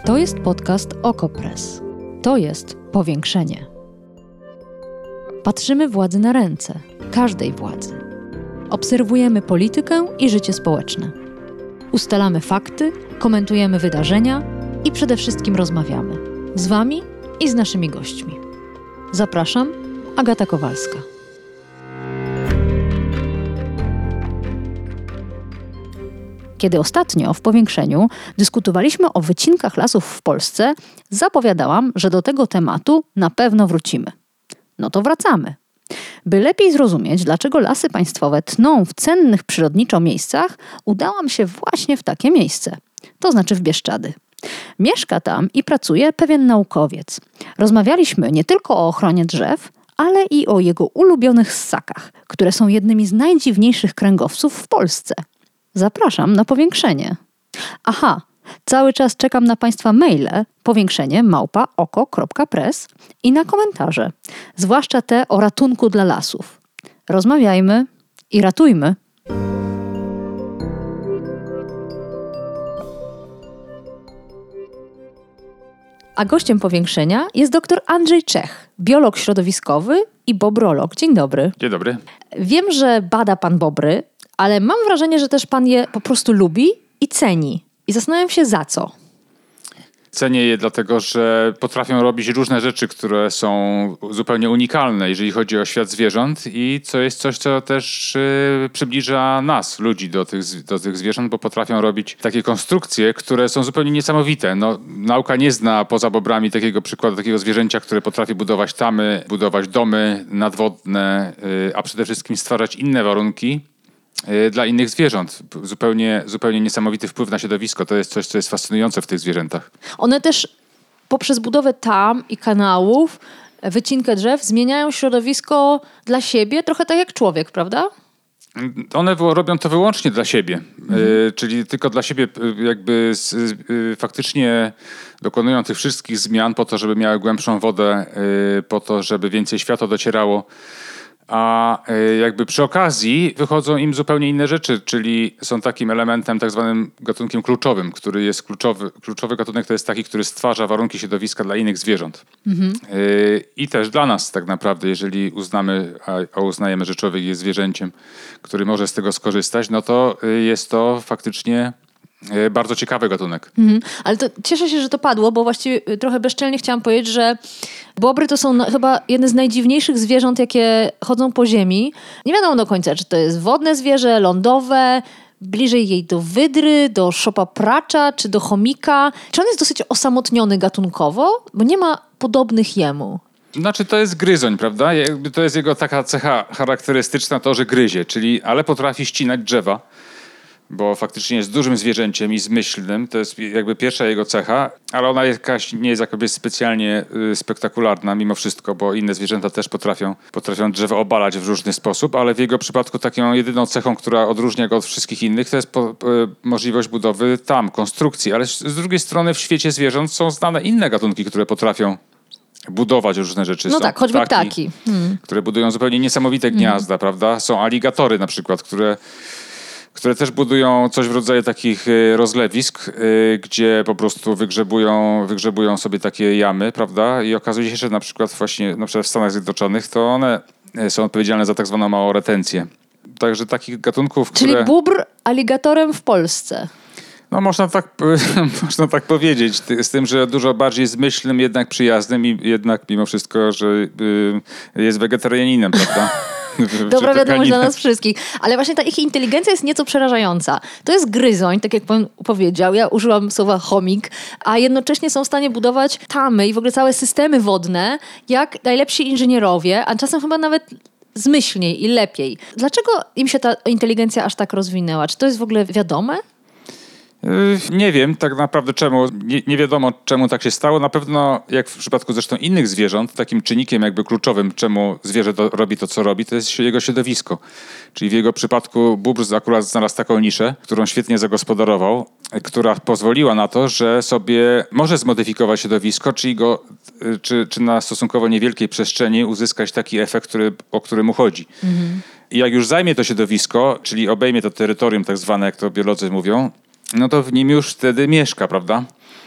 To jest podcast Okopres. To jest powiększenie. Patrzymy władzy na ręce, każdej władzy. Obserwujemy politykę i życie społeczne. Ustalamy fakty, komentujemy wydarzenia i przede wszystkim rozmawiamy. Z Wami i z naszymi gośćmi. Zapraszam, Agata Kowalska. Kiedy ostatnio w powiększeniu dyskutowaliśmy o wycinkach lasów w Polsce, zapowiadałam, że do tego tematu na pewno wrócimy. No to wracamy. By lepiej zrozumieć, dlaczego lasy państwowe tną w cennych przyrodniczo miejscach, udałam się właśnie w takie miejsce, to znaczy w Bieszczady. Mieszka tam i pracuje pewien naukowiec. Rozmawialiśmy nie tylko o ochronie drzew, ale i o jego ulubionych ssakach, które są jednymi z najdziwniejszych kręgowców w Polsce. Zapraszam na powiększenie. Aha, cały czas czekam na Państwa maile powiększenie@oko.press i na komentarze, zwłaszcza te o ratunku dla lasów. Rozmawiajmy i ratujmy. A gościem powiększenia jest dr Andrzej Czech, biolog środowiskowy i bobrolog. Dzień dobry. Dzień dobry. Wiem, że bada pan bobry, ale mam wrażenie, że też pan je po prostu lubi i ceni. I zastanawiam się za co. Cenię je dlatego, że potrafią robić różne rzeczy, które są zupełnie unikalne, jeżeli chodzi o świat zwierząt i co jest coś, co też przybliża nas, ludzi, do tych zwierząt, bo potrafią robić takie konstrukcje, które są zupełnie niesamowite. No, nauka nie zna poza bobrami takiego przykładu, takiego zwierzęcia, które potrafi budować tamy, budować domy nadwodne, a przede wszystkim stwarzać inne warunki dla innych zwierząt. Zupełnie niesamowity wpływ na środowisko. To jest coś, co jest fascynujące w tych zwierzętach. One też poprzez budowę tam i kanałów, wycinkę drzew zmieniają środowisko dla siebie, trochę tak jak człowiek, prawda? One robią to wyłącznie dla siebie, czyli tylko dla siebie jakby faktycznie dokonują tych wszystkich zmian po to, żeby miały głębszą wodę, po to, żeby więcej światła docierało. A jakby przy okazji wychodzą im zupełnie inne rzeczy, czyli są takim elementem, tak zwanym gatunkiem kluczowym, który jest kluczowy. Kluczowy gatunek to jest taki, który stwarza warunki środowiska dla innych zwierząt. I też dla nas tak naprawdę, jeżeli uznajemy, że człowiek jest zwierzęciem, który może z tego skorzystać, no to jest to faktycznie bardzo ciekawy gatunek. Ale to cieszę się, że to padło, bo właściwie trochę bezczelnie chciałam powiedzieć, że bobry to są chyba jedne z najdziwniejszych zwierząt, jakie chodzą po ziemi. Nie wiadomo do końca, czy to jest wodne zwierzę, lądowe, bliżej jej do wydry, do szopapracza, czy do chomika. Czy on jest dosyć osamotniony gatunkowo, bo nie ma podobnych jemu? Znaczy to jest gryzoń, prawda? Jakby to jest jego taka cecha charakterystyczna, to, że gryzie, ale potrafi ścinać drzewa, bo faktycznie jest dużym zwierzęciem i zmyślnym. To jest jakby pierwsza jego cecha, ale ona nie jest jakaś specjalnie spektakularna mimo wszystko, bo inne zwierzęta też potrafią drzewo obalać w różny sposób, ale w jego przypadku taką jedyną cechą, która odróżnia go od wszystkich innych, to jest możliwość budowy konstrukcji. Ale z drugiej strony w świecie zwierząt są znane inne gatunki, które potrafią budować różne rzeczy. No są tak, choćby ptaki. Które budują zupełnie niesamowite gniazda, prawda? Są aligatory na przykład, które też budują coś w rodzaju takich rozlewisk, gdzie po prostu wygrzebują sobie takie jamy, prawda? I okazuje się, że na przykład w Stanach Zjednoczonych to one są odpowiedzialne za tak zwaną małą retencję. Także takich gatunków, Czyli bóbr aligatorem w Polsce. No można tak powiedzieć, z tym, że dużo bardziej zmyślnym, jednak przyjaznym i jednak mimo wszystko, że jest wegetarianinem, prawda? Dobra wiadomość dla nas wszystkich. Ale właśnie ta ich inteligencja jest nieco przerażająca. To jest gryzoń, tak jak pan powiedział. Ja użyłam słowa chomik, a jednocześnie są w stanie budować tamy i w ogóle całe systemy wodne, jak najlepsi inżynierowie, a czasem chyba nawet zmyślniej i lepiej. Dlaczego im się ta inteligencja aż tak rozwinęła? Czy to jest w ogóle wiadome? Nie wiem tak naprawdę czemu, nie wiadomo czemu tak się stało. Na pewno, jak w przypadku zresztą innych zwierząt, takim czynnikiem jakby kluczowym, czemu zwierzę robi to, co robi, to jest jego środowisko. Czyli w jego przypadku bóbr akurat znalazł taką niszę, którą świetnie zagospodarował, która pozwoliła na to, że sobie może zmodyfikować środowisko, czy na stosunkowo niewielkiej przestrzeni uzyskać taki efekt, o który mu chodzi. I jak już zajmie to środowisko, czyli obejmie to terytorium tak zwane, jak to biolodzy mówią, no to w nim już wtedy mieszka, prawda?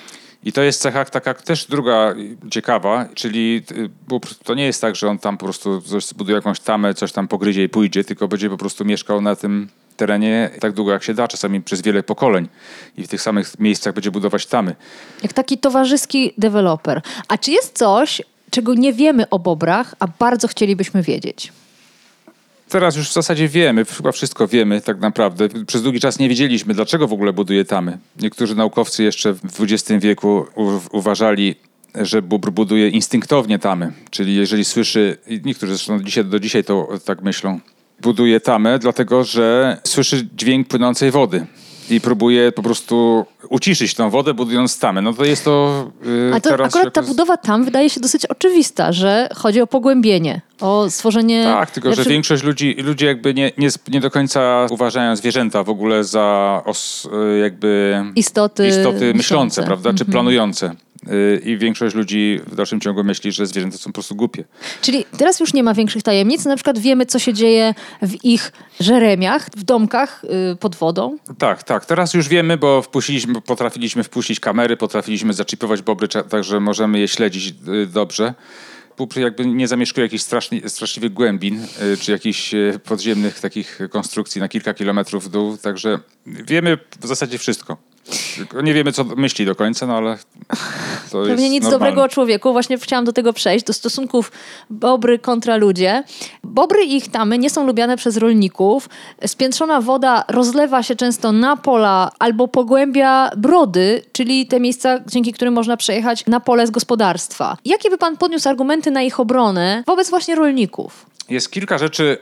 I to jest cecha taka też druga ciekawa, czyli bóbr to nie jest tak, że on tam po prostu zbuduje jakąś tamę, coś tam pogryzie i pójdzie, tylko będzie po prostu mieszkał na tym terenie tak długo jak się da, czasami przez wiele pokoleń i w tych samych miejscach będzie budować tamy. Jak taki towarzyski deweloper. A czy jest coś, czego nie wiemy o bobrach, a bardzo chcielibyśmy wiedzieć? Teraz już w zasadzie wiemy, chyba wszystko wiemy tak naprawdę. Przez długi czas nie wiedzieliśmy, dlaczego w ogóle buduje tamy. Niektórzy naukowcy jeszcze w XX wieku uważali, że bóbr buduje instynktownie tamy. Czyli jeżeli słyszy, i niektórzy zresztą do dzisiaj to tak myślą, buduje tamę dlatego, że słyszy dźwięk płynącej wody. I próbuje po prostu uciszyć tą wodę, budując tamę. No to jest to... A to teraz akurat ta budowa tam wydaje się dosyć oczywista, że chodzi o pogłębienie, o stworzenie... Tak, tylko że większość ludzi jakby nie do końca uważają zwierzęta w ogóle za jakby istoty myślące, prawda? Czy planujące. I większość ludzi w dalszym ciągu myśli, że zwierzęta są po prostu głupie. Czyli teraz już nie ma większych tajemnic. Na przykład wiemy, co się dzieje w ich żeremiach, w domkach pod wodą. Tak. Teraz już wiemy, bo potrafiliśmy wpuścić kamery, potrafiliśmy zaczipować bobry, także możemy je śledzić dobrze. Bóbr jakby nie zamieszkuje jakichś straszliwych głębin, czy jakichś podziemnych takich konstrukcji na kilka kilometrów w dół, także wiemy w zasadzie wszystko. Tylko nie wiemy, co myśli do końca, no ale to jest pewnie nic normalne. Dobrego o człowieku. Właśnie chciałam do tego przejść, do stosunków bobry kontra ludzie. Bobry i ich tamy nie są lubiane przez rolników. Spiętrzona woda rozlewa się często na pola albo pogłębia brody, czyli te miejsca, dzięki którym można przejechać na pole z gospodarstwa. Jakie by pan podniósł argumenty na ich obronę wobec właśnie rolników? Jest kilka rzeczy,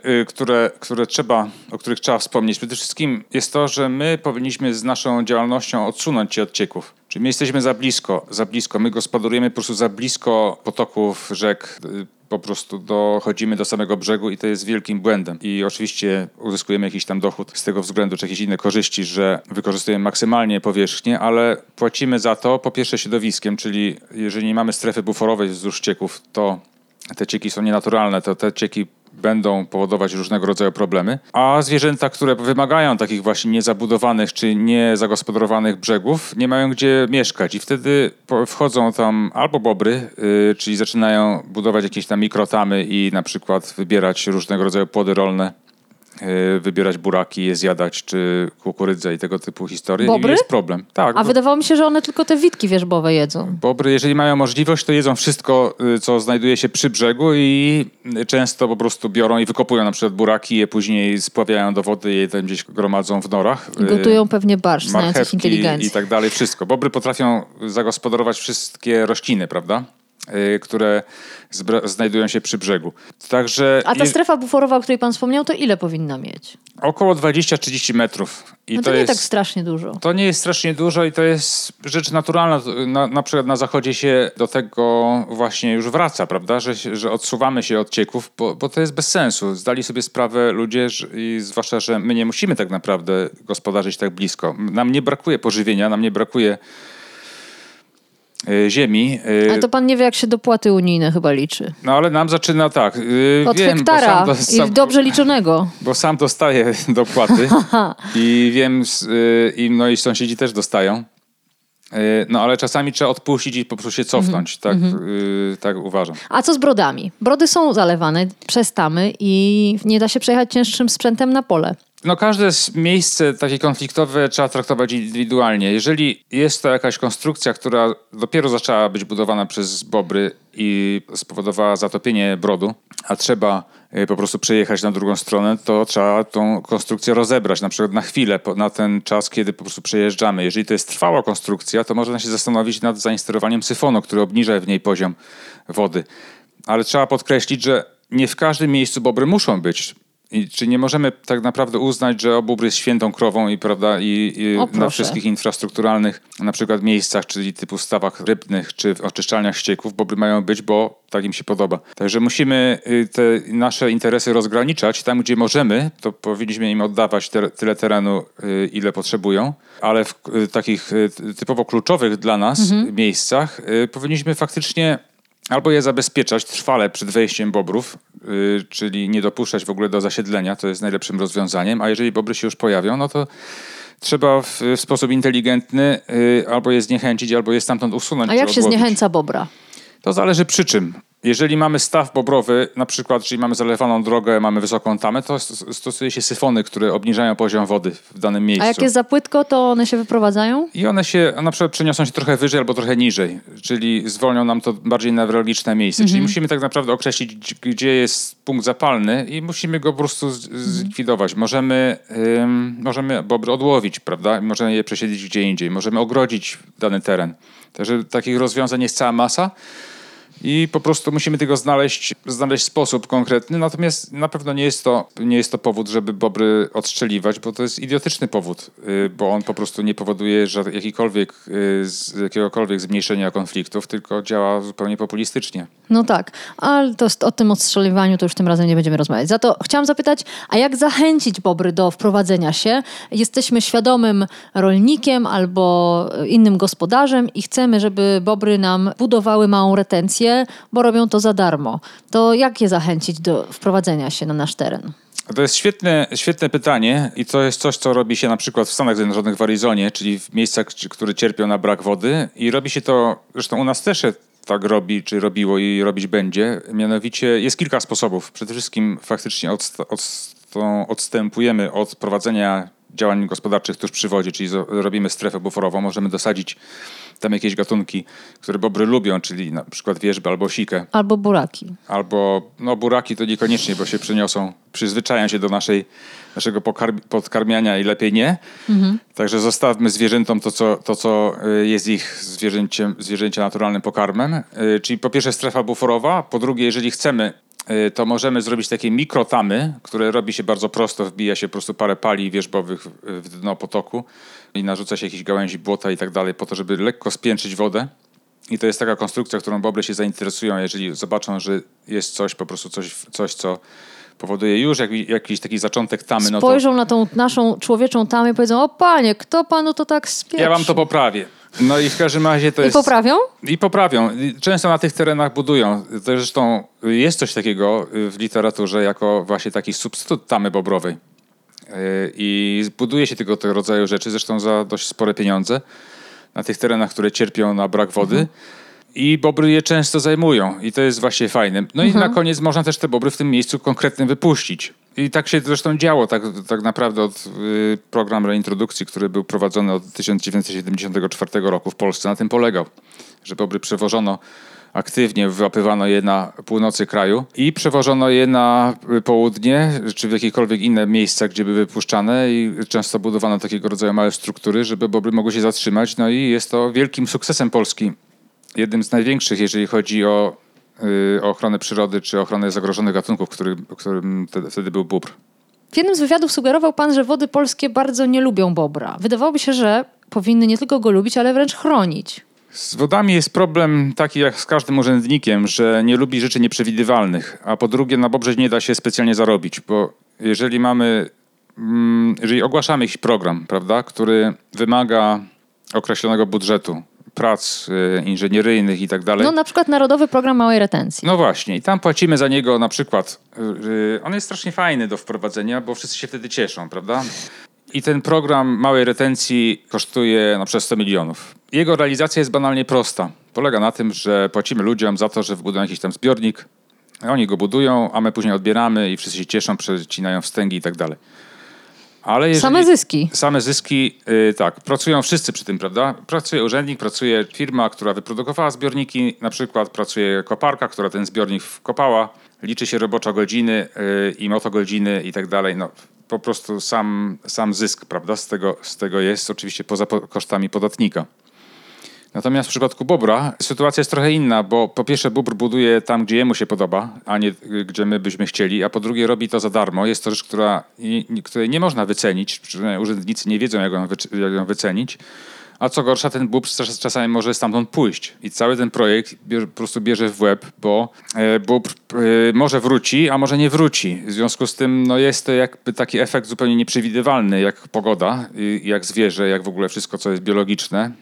o których trzeba wspomnieć. Przede wszystkim jest to, że my powinniśmy z naszą działalnością odsunąć się od cieków. Czyli my jesteśmy za blisko. My gospodarujemy po prostu za blisko potoków, rzek. Po prostu dochodzimy do samego brzegu i to jest wielkim błędem. I oczywiście uzyskujemy jakiś tam dochód z tego względu, czy jakieś inne korzyści, że wykorzystujemy maksymalnie powierzchnię, ale płacimy za to po pierwsze środowiskiem, czyli jeżeli nie mamy strefy buforowej wzdłuż cieków, to te cieki są nienaturalne, to te cieki będą powodować różnego rodzaju problemy. A zwierzęta, które wymagają takich właśnie niezabudowanych czy niezagospodarowanych brzegów, nie mają gdzie mieszkać i wtedy wchodzą tam albo bobry, czyli zaczynają budować jakieś tam mikrotamy i na przykład wybierać różnego rodzaju płody rolne, wybierać buraki, je zjadać, czy kukurydzę i tego typu historie. Bobry? I jest problem. Tak. A wydawało mi się, że one tylko te witki wierzbowe jedzą. Bobry, jeżeli mają możliwość, to jedzą wszystko, co znajduje się przy brzegu i często po prostu biorą i wykopują na przykład buraki, je później spławiają do wody i je tam gdzieś gromadzą w norach. I gotują pewnie barszcz, znając ich inteligencję. I tak dalej, wszystko. Bobry potrafią zagospodarować wszystkie rośliny, prawda? Które znajdują się przy brzegu. Także a ta strefa buforowa, o której pan wspomniał, to ile powinna mieć? Około 20-30 metrów. I no to nie jest tak strasznie dużo. To nie jest strasznie dużo i to jest rzecz naturalna. Na przykład na zachodzie się do tego właśnie już wraca, prawda? Że odsuwamy się od cieków, bo to jest bez sensu. Zdali sobie sprawę ludzie, i zwłaszcza, że my nie musimy tak naprawdę gospodarzyć tak blisko. Nam nie brakuje pożywienia, nam nie brakuje ziemi. Ale to pan nie wie, jak się dopłaty unijne chyba liczy. No ale nam zaczyna tak. Od hektara i dobrze liczonego. Bo sam dostaję dopłaty i wiem, i sąsiedzi też dostają. No ale czasami trzeba odpuścić i po prostu się cofnąć. Tak uważam. A co z brodami? Brody są zalewane przez tamy i nie da się przejechać cięższym sprzętem na pole. No każde miejsce takie konfliktowe trzeba traktować indywidualnie. Jeżeli jest to jakaś konstrukcja, która dopiero zaczęła być budowana przez bobry i spowodowała zatopienie brodu, a trzeba po prostu przejechać na drugą stronę, to trzeba tą konstrukcję rozebrać, na przykład na chwilę, na ten czas, kiedy po prostu przejeżdżamy. Jeżeli to jest trwała konstrukcja, to można się zastanowić nad zainstalowaniem syfonu, który obniża w niej poziom wody. Ale trzeba podkreślić, że nie w każdym miejscu bobry muszą być. Czy nie możemy tak naprawdę uznać, że bóbr jest świętą krową i na wszystkich infrastrukturalnych na przykład miejscach, czyli typu stawach rybnych czy w oczyszczalniach ścieków, bobry mają być, bo tak im się podoba. Także musimy te nasze interesy rozgraniczać. Tam, gdzie możemy, to powinniśmy im oddawać tyle terenu, ile potrzebują, ale w takich typowo kluczowych dla nas miejscach powinniśmy faktycznie albo je zabezpieczać trwale przed wejściem bobrów, czyli nie dopuszczać w ogóle do zasiedlenia, to jest najlepszym rozwiązaniem, a jeżeli bobry się już pojawią, no to trzeba w sposób inteligentny albo je zniechęcić, albo je stamtąd usunąć. A jak się odłowić. zniechęca bobra? To zależy przy czym. Jeżeli mamy staw bobrowy, na przykład, czyli mamy zalewaną drogę, mamy wysoką tamę, to stosuje się syfony, które obniżają poziom wody w danym miejscu. A jak jest za płytko, to one się wyprowadzają? I one się na przykład przeniosą się trochę wyżej albo trochę niżej, czyli zwolnią nam to bardziej newralgiczne miejsce. Czyli musimy tak naprawdę określić, gdzie jest punkt zapalny i musimy go po prostu zlikwidować. Możemy bobry odłowić, prawda? Możemy je przesiedlić gdzie indziej. Możemy ogrodzić dany teren. Także takich rozwiązań jest cała masa. I po prostu musimy tego znaleźć sposób konkretny, natomiast na pewno nie jest to powód, żeby bobry odstrzeliwać, bo to jest idiotyczny powód, bo on po prostu nie powoduje jakiegokolwiek zmniejszenia konfliktów, tylko działa zupełnie populistycznie. No tak, ale o tym odstrzeliwaniu to już tym razem nie będziemy rozmawiać. Za to chciałam zapytać, a jak zachęcić bobry do wprowadzenia się? Jesteśmy świadomym rolnikiem albo innym gospodarzem i chcemy, żeby bobry nam budowały małą retencję, bo robią to za darmo. To jak je zachęcić do wprowadzenia się na nasz teren? To jest świetne pytanie i to jest coś, co robi się na przykład w Stanach Zjednoczonych, w Arizonie, czyli w miejscach, które cierpią na brak wody i robi się to, zresztą u nas też się tak robi, czy robiło i robić będzie. Mianowicie jest kilka sposobów. Przede wszystkim faktycznie odstępujemy od prowadzenia działań gospodarczych tuż przy wodzie, czyli robimy strefę buforową, możemy dosadzić tam jakieś gatunki, które bobry lubią, czyli na przykład wierzbę albo sikę. Albo buraki. Albo, buraki to niekoniecznie, bo się przeniosą, przyzwyczają się do naszego podkarmiania i lepiej nie. Także zostawmy zwierzętom to, co jest ich zwierzęcia naturalnym pokarmem. Czyli po pierwsze strefa buforowa, po drugie, jeżeli chcemy, to możemy zrobić takie mikrotamy, które robi się bardzo prosto, wbija się po prostu parę pali wierzbowych w dno potoku i narzuca się jakieś gałęzi błota i tak dalej po to, żeby lekko spiętrzyć wodę. I to jest taka konstrukcja, którą bobry się zainteresują, jeżeli zobaczą, że jest coś, co powoduje już jakiś taki zaczątek tamy. Spojrzą na tą naszą człowieczą tamę i powiedzą: o panie, kto panu to tak spieprzy? Ja wam to poprawię. No i w każdym razie to jest... I poprawią? I poprawią. Często na tych terenach budują. Zresztą jest coś takiego w literaturze jako właśnie taki substytut tamy bobrowej. I buduje się tego rodzaju rzeczy, zresztą za dość spore pieniądze, na tych terenach, które cierpią na brak wody. I bobry je często zajmują i to jest właśnie fajne. No i na koniec można też te bobry w tym miejscu konkretnym wypuścić. I tak się zresztą działo, tak naprawdę od program reintrodukcji, który był prowadzony od 1974 roku w Polsce, na tym polegał, że bobry przewożono aktywnie, wyłapywano je na północy kraju i przewożono je na południe, czy w jakiekolwiek inne miejsca, gdzie były wypuszczane i często budowano takiego rodzaju małe struktury, żeby bobry mogły się zatrzymać. No i jest to wielkim sukcesem Polski. Jednym z największych, jeżeli chodzi o ochronę przyrody czy ochronę zagrożonych gatunków, którym wtedy był bóbr. W jednym z wywiadów sugerował pan, że wody polskie bardzo nie lubią bobra. Wydawałoby się, że powinny nie tylko go lubić, ale wręcz chronić. Z wodami jest problem taki jak z każdym urzędnikiem, że nie lubi rzeczy nieprzewidywalnych, a po drugie na bobrze nie da się specjalnie zarobić, bo jeżeli ogłaszamy jakiś program, prawda, który wymaga określonego budżetu, prac inżynieryjnych i tak dalej. No na przykład Narodowy Program Małej Retencji. No właśnie i tam płacimy za niego na przykład, on jest strasznie fajny do wprowadzenia, bo wszyscy się wtedy cieszą, prawda? I ten program małej retencji kosztuje na przykład 100 milionów. Jego realizacja jest banalnie prosta. Polega na tym, że płacimy ludziom za to, że wybudują jakiś tam zbiornik, oni go budują, a my później odbieramy i wszyscy się cieszą, przecinają wstęgi i tak dalej. Ale Same zyski, tak. Pracują wszyscy przy tym, prawda? Pracuje urzędnik, pracuje firma, która wyprodukowała zbiorniki, na przykład pracuje koparka, która ten zbiornik wkopała, liczy się roboczo godziny i motogodziny i tak dalej. No, po prostu sam zysk, prawda? Z tego jest oczywiście poza kosztami podatnika. Natomiast w przypadku bobra sytuacja jest trochę inna, bo po pierwsze bóbr buduje tam, gdzie jemu się podoba, a nie gdzie my byśmy chcieli, a po drugie robi to za darmo. Jest to rzecz, której nie można wycenić, przynajmniej urzędnicy nie wiedzą, jak ją wycenić. A co gorsza, ten bóbr czasami może stamtąd pójść. I cały ten projekt po prostu bierze w łeb, bo bóbr może wróci, a może nie wróci. W związku z tym jest to jakby taki efekt zupełnie nieprzewidywalny, jak pogoda, jak zwierzę, jak w ogóle wszystko, co jest biologiczne.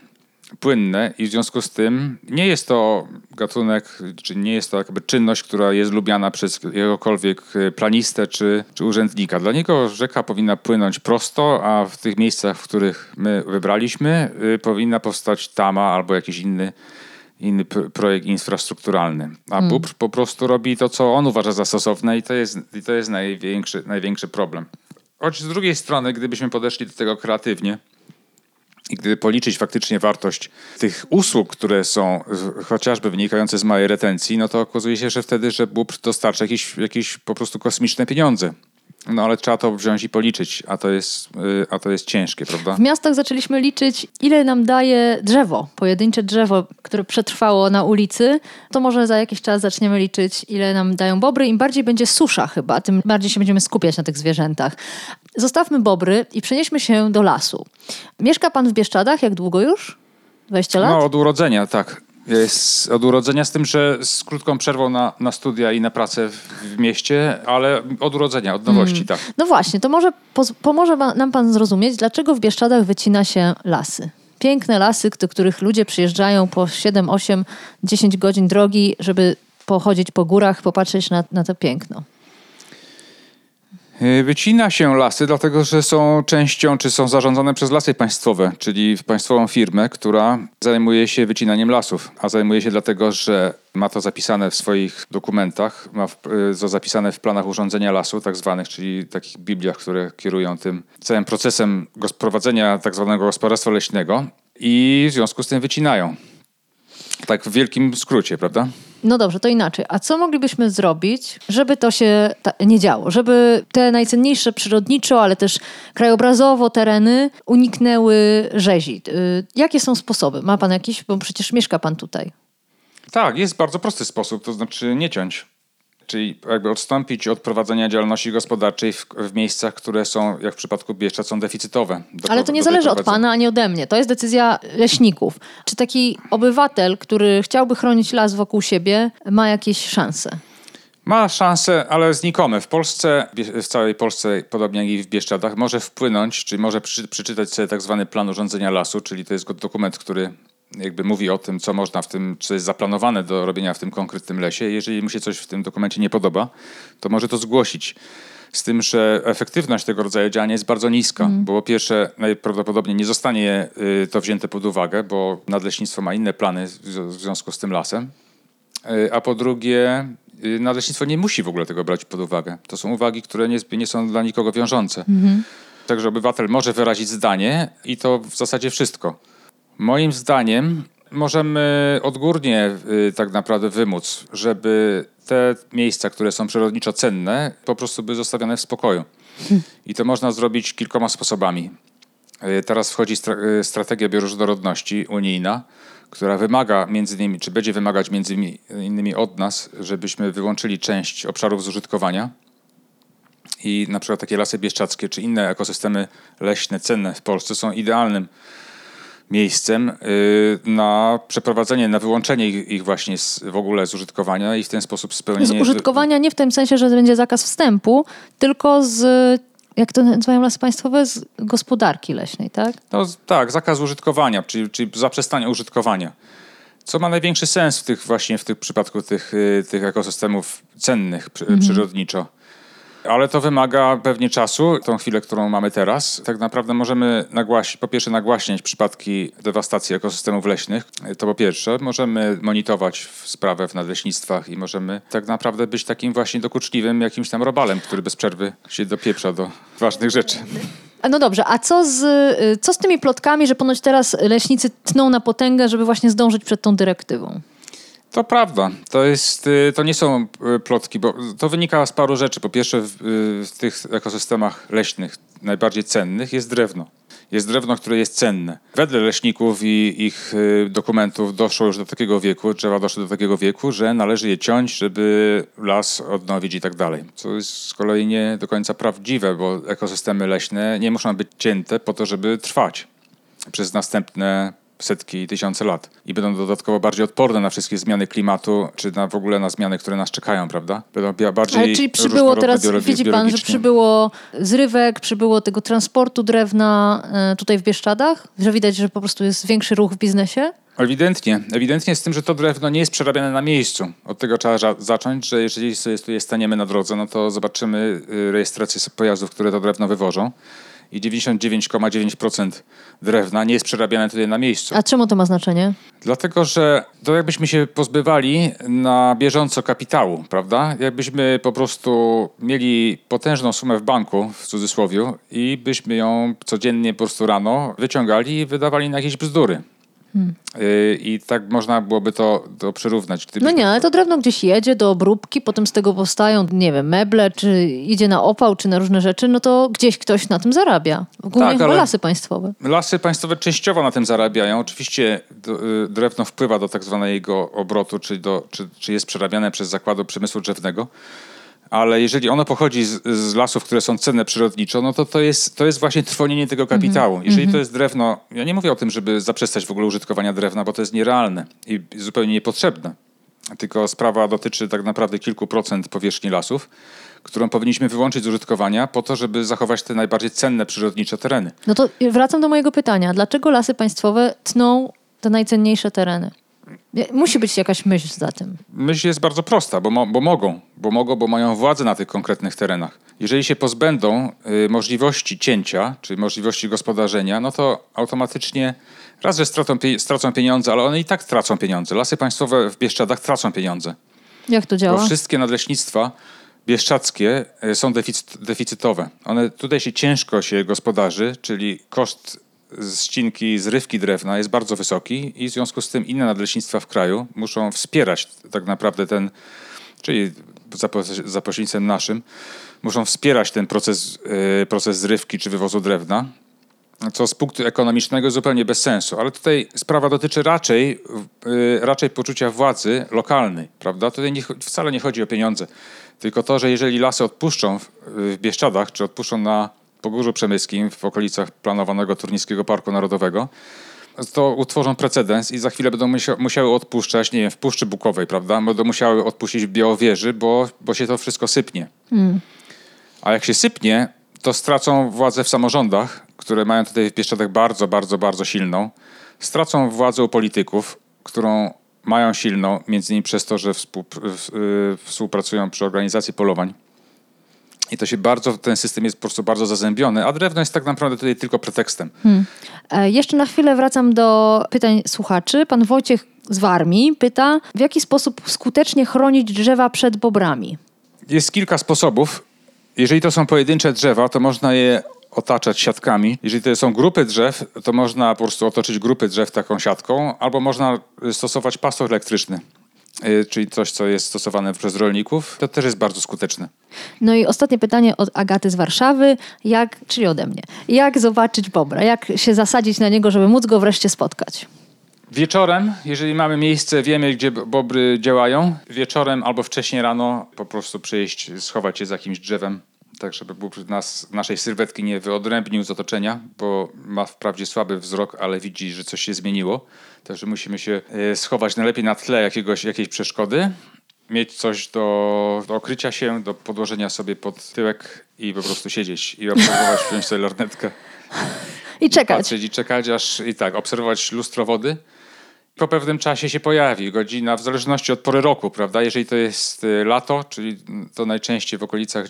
płynne i w związku z tym nie jest to gatunek, czy nie jest to jakby czynność, która jest lubiana przez jakiegokolwiek planistę czy urzędnika. Dla niego rzeka powinna płynąć prosto, a w tych miejscach, w których my wybraliśmy, powinna powstać tama albo jakiś inny projekt infrastrukturalny. A Bóbr po prostu robi to, co on uważa za stosowne i to jest największy problem. Choć z drugiej strony, gdybyśmy podeszli do tego kreatywnie i gdyby policzyć faktycznie wartość tych usług, które są chociażby wynikające z małej retencji, no to okazuje się, że wtedy, że Bóbr dostarcza jakieś po prostu kosmiczne pieniądze. No ale trzeba to wziąć i policzyć, a to jest ciężkie, prawda? W miastach zaczęliśmy liczyć, ile nam daje drzewo, pojedyncze drzewo, które przetrwało na ulicy. To może za jakiś czas zaczniemy liczyć, ile nam dają bobry. Im bardziej będzie susza chyba, tym bardziej się będziemy skupiać na tych zwierzętach. Zostawmy bobry i przenieśmy się do lasu. Mieszka pan w Bieszczadach? Jak długo już? 20 lat? No, od urodzenia, tak. Jest od urodzenia, z tym, że z krótką przerwą na studia i na pracę w mieście, ale od urodzenia, od nowości, tak. No właśnie, to może pomoże nam pan zrozumieć, dlaczego w Bieszczadach wycina się lasy. Piękne lasy, do których ludzie przyjeżdżają po 7, 8, 10 godzin drogi, żeby pochodzić po górach, popatrzeć na to piękno. Wycina się lasy, dlatego że są częścią, czy są zarządzane przez Lasy Państwowe, czyli państwową firmę, która zajmuje się wycinaniem lasów. A zajmuje się dlatego, że ma to zapisane w swoich dokumentach, ma to zapisane w planach urządzenia lasu, tak zwanych, czyli takich bibliach, które kierują tym całym procesem prowadzenia tak zwanego gospodarstwa leśnego i w związku z tym wycinają. Tak w wielkim skrócie, prawda? No dobrze, to inaczej. A co moglibyśmy zrobić, żeby to się nie działo? Żeby te najcenniejsze przyrodniczo, ale też krajobrazowo tereny uniknęły rzezi. Jakie są sposoby? Ma pan jakiś? Bo przecież mieszka pan tutaj. Tak, jest bardzo prosty sposób, to znaczy nie ciąć. Czyli jakby odstąpić od prowadzenia działalności gospodarczej w miejscach, które są, jak w przypadku Bieszczad, są deficytowe. Ale to nie zależy od pana ani ode mnie. To jest decyzja leśników. Czy taki obywatel, który chciałby chronić las wokół siebie, ma jakieś szanse? Ma szanse, ale znikome. W całej Polsce, podobnie jak i w Bieszczadach, może wpłynąć, czyli może przeczytać sobie tak zwany plan urządzenia lasu, czyli to jest dokument, który jakby mówi o tym, co można co jest zaplanowane do robienia w tym konkretnym lesie. Jeżeli mu się coś w tym dokumencie nie podoba, to może to zgłosić. Z tym, że efektywność tego rodzaju działania jest bardzo niska, bo po pierwsze najprawdopodobniej nie zostanie to wzięte pod uwagę, bo nadleśnictwo ma inne plany w związku z tym lasem, a po drugie nadleśnictwo nie musi w ogóle tego brać pod uwagę. To są uwagi, które nie są dla nikogo wiążące. Także obywatel może wyrazić zdanie i to w zasadzie wszystko. Moim zdaniem możemy odgórnie tak naprawdę wymóc, żeby te miejsca, które są przyrodniczo cenne, po prostu były zostawione w spokoju. I to można zrobić kilkoma sposobami. Teraz wchodzi strategia bioróżnorodności unijna, która wymaga między innymi, czy będzie wymagać między innymi od nas, żebyśmy wyłączyli część obszarów z użytkowania. I na przykład takie lasy bieszczadzkie, czy inne ekosystemy leśne cenne w Polsce są idealnym miejscem na przeprowadzenie, na wyłączenie ich właśnie w ogóle z użytkowania i w ten sposób spełnienie... Z użytkowania nie w tym sensie, że będzie zakaz wstępu, tylko jak to nazywają Lasy Państwowe, z gospodarki leśnej, tak? No tak, zakaz użytkowania, czyli zaprzestanie użytkowania. Co ma największy sens w przypadku tych ekosystemów cennych przyrodniczo. Ale to wymaga pewnie czasu, tą chwilę, którą mamy teraz. Tak naprawdę możemy po pierwsze nagłaśniać przypadki dewastacji ekosystemów leśnych. To po pierwsze. Możemy monitorować sprawę w nadleśnictwach i możemy tak naprawdę być takim właśnie dokuczliwym jakimś tam robalem, który bez przerwy się dopieprza do ważnych rzeczy. No dobrze, a co z tymi plotkami, że ponoć teraz leśnicy tną na potęgę, żeby właśnie zdążyć przed tą dyrektywą? To prawda. To nie są plotki, bo to wynika z paru rzeczy. Po pierwsze w tych ekosystemach leśnych najbardziej cennych jest drewno. Jest drewno, które jest cenne. Wedle leśników i ich dokumentów doszło już do takiego wieku, drzewa doszły do takiego wieku, że należy je ciąć, żeby las odnowić i tak dalej. Co jest z kolei nie do końca prawdziwe, bo ekosystemy leśne nie muszą być cięte po to, żeby trwać przez następne setki i tysiące lat i będą dodatkowo bardziej odporne na wszystkie zmiany klimatu, czy w ogóle na zmiany, które nas czekają, prawda? Będą bardziej Ale czyli przybyło teraz, widzi pan, że przybyło zrywek, przybyło tego transportu drewna tutaj w Bieszczadach? Że widać, że po prostu jest większy ruch w biznesie? Ewidentnie z tym, że to drewno nie jest przerabiane na miejscu. Od tego trzeba zacząć, że jeżeli sobie staniemy na drodze, no to zobaczymy rejestrację pojazdów, które to drewno wywożą. I 99,9% drewna nie jest przerabiane tutaj na miejscu. A czemu to ma znaczenie? Dlatego, że to jakbyśmy się pozbywali na bieżąco kapitału, prawda? Jakbyśmy po prostu mieli potężną sumę w banku, w cudzysłowie, i byśmy ją codziennie po prostu rano wyciągali i wydawali na jakieś bzdury. I tak można byłoby to przyrównać. No nie, ale to drewno gdzieś jedzie do obróbki, potem z tego powstają, nie wiem, meble, czy idzie na opał, czy na różne rzeczy, no to gdzieś ktoś na tym zarabia. Głównie chyba Lasy Państwowe. Lasy Państwowe częściowo na tym zarabiają. Oczywiście drewno wpływa do tak zwanego obrotu, czy jest przerabiane przez zakłady przemysłu drzewnego. Ale jeżeli ono pochodzi z lasów, które są cenne przyrodniczo, no to jest właśnie trwonienie tego kapitału. Jeżeli to jest drewno, ja nie mówię o tym, żeby zaprzestać w ogóle użytkowania drewna, bo to jest nierealne i zupełnie niepotrzebne. Tylko sprawa dotyczy tak naprawdę kilku procent powierzchni lasów, którą powinniśmy wyłączyć z użytkowania po to, żeby zachować te najbardziej cenne przyrodnicze tereny. No to wracam do mojego pytania. Dlaczego Lasy Państwowe tną te najcenniejsze tereny? Musi być jakaś myśl za tym. Myśl jest bardzo prosta, bo mają władzę na tych konkretnych terenach. Jeżeli się pozbędą możliwości cięcia, czy możliwości gospodarzenia, no to automatycznie raz, że stracą pieniądze, ale one i tak tracą pieniądze. Lasy Państwowe w Bieszczadach tracą pieniądze. Jak to działa? Bo wszystkie nadleśnictwa bieszczadzkie są deficytowe. Tutaj ciężko się gospodarzy, czyli koszt ścinki, zrywki drewna jest bardzo wysoki i w związku z tym inne nadleśnictwa w kraju muszą wspierać tak naprawdę czyli za pośrednictwem naszym, muszą wspierać ten proces zrywki czy wywozu drewna, co z punktu ekonomicznego jest zupełnie bez sensu. Ale tutaj sprawa dotyczy raczej poczucia władzy lokalnej, prawda? Tutaj wcale nie chodzi o pieniądze, tylko to, że jeżeli lasy odpuszczą w Bieszczadach, czy odpuszczą na Pogórzu Przemyskim, w okolicach planowanego Turnickiego Parku Narodowego, to utworzą precedens i za chwilę będą musiały odpuszczać, nie wiem, w Puszczy Bukowej, prawda? Będą musiały odpuścić w Białowieży, bo się to wszystko sypnie. A jak się sypnie, to stracą władzę w samorządach, które mają tutaj w Bieszczadach bardzo, bardzo, bardzo silną. Stracą władzę u polityków, którą mają silną, między innymi przez to, że współpracują przy organizacji polowań. I ten system jest po prostu bardzo zazębiony, a drewno jest tak naprawdę tutaj tylko pretekstem. Jeszcze na chwilę wracam do pytań słuchaczy. Pan Wojciech z Warmii pyta, w jaki sposób skutecznie chronić drzewa przed bobrami? Jest kilka sposobów. Jeżeli to są pojedyncze drzewa, to można je otaczać siatkami. Jeżeli to są grupy drzew, to można po prostu otoczyć grupy drzew taką siatką, albo można stosować pastor elektryczny, czyli coś, co jest stosowane przez rolników. To też jest bardzo skuteczne. No i ostatnie pytanie od Agaty z Warszawy, czyli ode mnie. Jak zobaczyć bobra? Jak się zasadzić na niego, żeby móc go wreszcie spotkać? Wieczorem, jeżeli mamy miejsce, wiemy, gdzie bobry działają, wieczorem albo wcześniej rano po prostu przyjść, schować się za jakimś drzewem, tak żeby naszej sylwetki nie wyodrębnił z otoczenia, bo ma wprawdzie słaby wzrok, ale widzi, że coś się zmieniło. Także musimy się schować najlepiej na tle jakiejś przeszkody, mieć coś do okrycia się, do podłożenia sobie pod tyłek i po prostu siedzieć i obserwować, wziąć sobie lornetkę. I czekać. Patrzeć i czekać, obserwować lustro wody. Po pewnym czasie się pojawi godzina, w zależności od pory roku, prawda? Jeżeli to jest lato, czyli to najczęściej w okolicach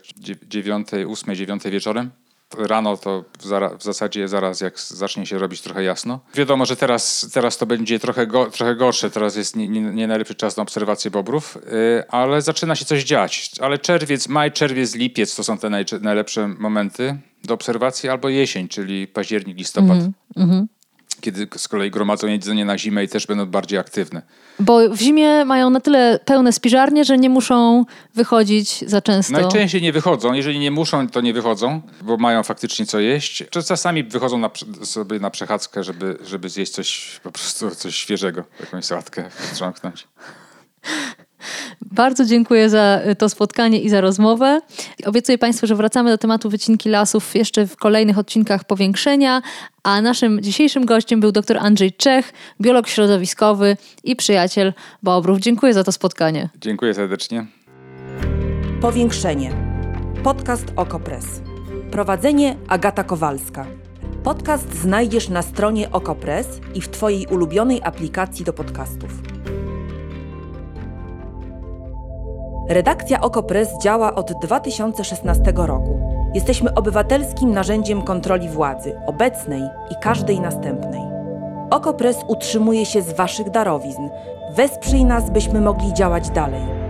8-9 wieczorem. Rano to w zasadzie zaraz jak zacznie się robić trochę jasno. Wiadomo, że teraz to będzie trochę gorsze. Teraz jest nie najlepszy czas na obserwację bobrów, ale zaczyna się coś dziać. Ale maj, czerwiec, lipiec to są te najlepsze momenty do obserwacji, albo jesień, czyli październik, listopad. Kiedy z kolei gromadzą jedzenie na zimę i też będą bardziej aktywne. Bo w zimie mają na tyle pełne spiżarnie, że nie muszą wychodzić za często. Najczęściej nie wychodzą. Jeżeli nie muszą, to nie wychodzą, bo mają faktycznie co jeść. Czasami wychodzą sobie na przechadzkę, żeby zjeść coś świeżego, jakąś sałatkę wstrząknąć. Bardzo dziękuję za to spotkanie i za rozmowę. Obiecuję Państwu, że wracamy do tematu wycinki lasów jeszcze w kolejnych odcinkach Powiększenia, a naszym dzisiejszym gościem był dr Andrzej Czech, biolog środowiskowy i przyjaciel Bobrów. Dziękuję za to spotkanie. Dziękuję serdecznie. Powiększenie. Podcast Okopres. Prowadzenie Agata Kowalska. Podcast znajdziesz na stronie Okopres i w Twojej ulubionej aplikacji do podcastów. Redakcja Okopres działa od 2016 roku. Jesteśmy obywatelskim narzędziem kontroli władzy, obecnej i każdej następnej. Okopres utrzymuje się z Waszych darowizn. Wesprzyj nas, byśmy mogli działać dalej.